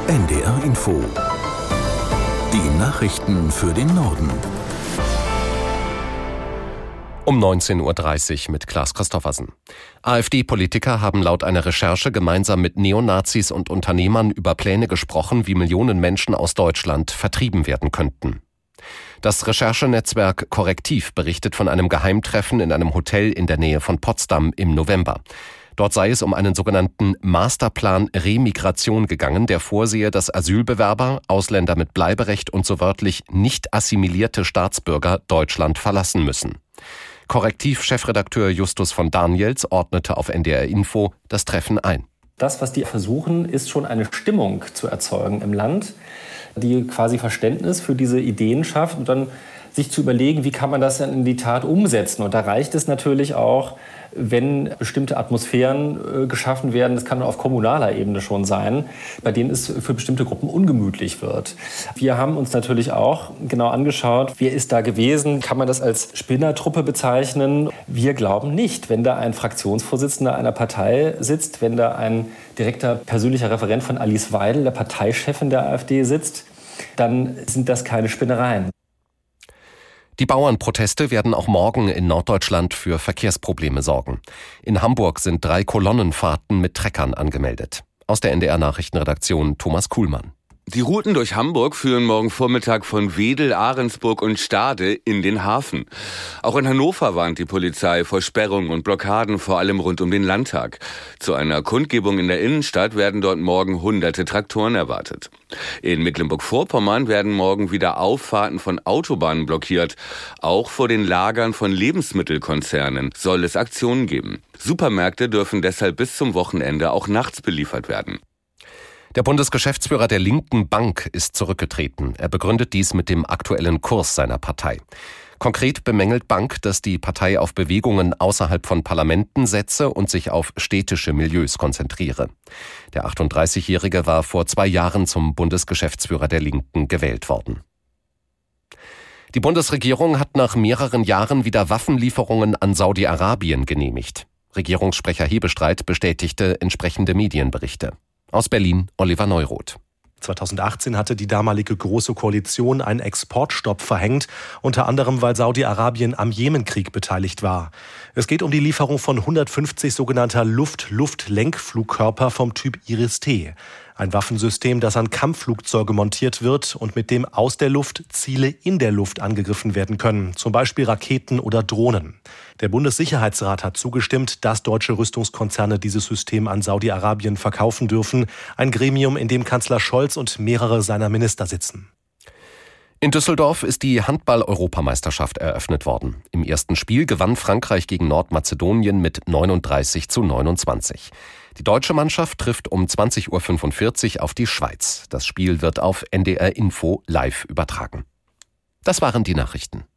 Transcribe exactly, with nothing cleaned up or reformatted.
N D R Info. Die Nachrichten für den Norden. Um neunzehn Uhr dreißig mit Klaas Christoffersen. AfD-Politiker haben laut einer Recherche gemeinsam mit Neonazis und Unternehmern über Pläne gesprochen, wie Millionen Menschen aus Deutschland vertrieben werden könnten. Das Recherchenetzwerk Correctiv berichtet von einem Geheimtreffen in einem Hotel in der Nähe von Potsdam im November. Dort sei es um einen sogenannten Masterplan Remigration gegangen, der vorsehe, dass Asylbewerber, Ausländer mit Bleiberecht und so wörtlich nicht assimilierte Staatsbürger Deutschland verlassen müssen. Correctiv-Chefredakteur Justus von Daniels ordnete auf N D R Info das Treffen ein. Das, was die versuchen, ist schon eine Stimmung zu erzeugen im Land, die quasi Verständnis für diese Ideen schafft und dann sich zu überlegen, wie kann man das dann in die Tat umsetzen. Und da reicht es natürlich auch, wenn bestimmte Atmosphären äh, geschaffen werden, das kann auf kommunaler Ebene schon sein, bei denen es für bestimmte Gruppen ungemütlich wird. Wir haben uns natürlich auch genau angeschaut, wer ist da gewesen, kann man das als Spinnertruppe bezeichnen? Wir glauben nicht, wenn da ein Fraktionsvorsitzender einer Partei sitzt, wenn da ein direkter persönlicher Referent von Alice Weidel, der Parteichefin der AfD, sitzt, dann sind das keine Spinnereien. Die Bauernproteste werden auch morgen in Norddeutschland für Verkehrsprobleme sorgen. In Hamburg sind drei Kolonnenfahrten mit Treckern angemeldet. Aus der N D R-Nachrichtenredaktion Thomas Kuhlmann. Die Routen durch Hamburg führen morgen Vormittag von Wedel, Ahrensburg und Stade in den Hafen. Auch in Hannover warnt die Polizei vor Sperrungen und Blockaden, vor allem rund um den Landtag. Zu einer Kundgebung in der Innenstadt werden dort morgen hunderte Traktoren erwartet. In Mecklenburg-Vorpommern werden morgen wieder Auffahrten von Autobahnen blockiert. Auch vor den Lagern von Lebensmittelkonzernen soll es Aktionen geben. Supermärkte dürfen deshalb bis zum Wochenende auch nachts beliefert werden. Der Bundesgeschäftsführer der linken Bank ist zurückgetreten. Er begründet dies mit dem aktuellen Kurs seiner Partei. Konkret bemängelt Bank, dass die Partei auf Bewegungen außerhalb von Parlamenten setze und sich auf städtische Milieus konzentriere. Der achtunddreißigjährige war vor zwei Jahren zum Bundesgeschäftsführer der Linken gewählt worden. Die Bundesregierung hat nach mehreren Jahren wieder Waffenlieferungen an Saudi-Arabien genehmigt. Regierungssprecher Hebestreit bestätigte entsprechende Medienberichte. Aus Berlin, Oliver Neuroth. zweitausendachtzehn hatte die damalige Große Koalition einen Exportstopp verhängt, unter anderem weil Saudi-Arabien am Jemenkrieg beteiligt war. Es geht um die Lieferung von hundertfünfzig sogenannter Luft-Luft-Lenkflugkörper vom Typ Iris-T. Ein Waffensystem, das an Kampfflugzeuge montiert wird und mit dem aus der Luft Ziele in der Luft angegriffen werden können, zum Beispiel Raketen oder Drohnen. Der Bundessicherheitsrat hat zugestimmt, dass deutsche Rüstungskonzerne dieses System an Saudi-Arabien verkaufen dürfen. Ein Gremium, in dem Kanzler Scholz und mehrere seiner Minister sitzen. In Düsseldorf ist die Handball-Europameisterschaft eröffnet worden. Im ersten Spiel gewann Frankreich gegen Nordmazedonien mit neununddreißig zu neunundzwanzig. Die deutsche Mannschaft trifft um zwanzig Uhr fünfundvierzig auf die Schweiz. Das Spiel wird auf N D R Info live übertragen. Das waren die Nachrichten.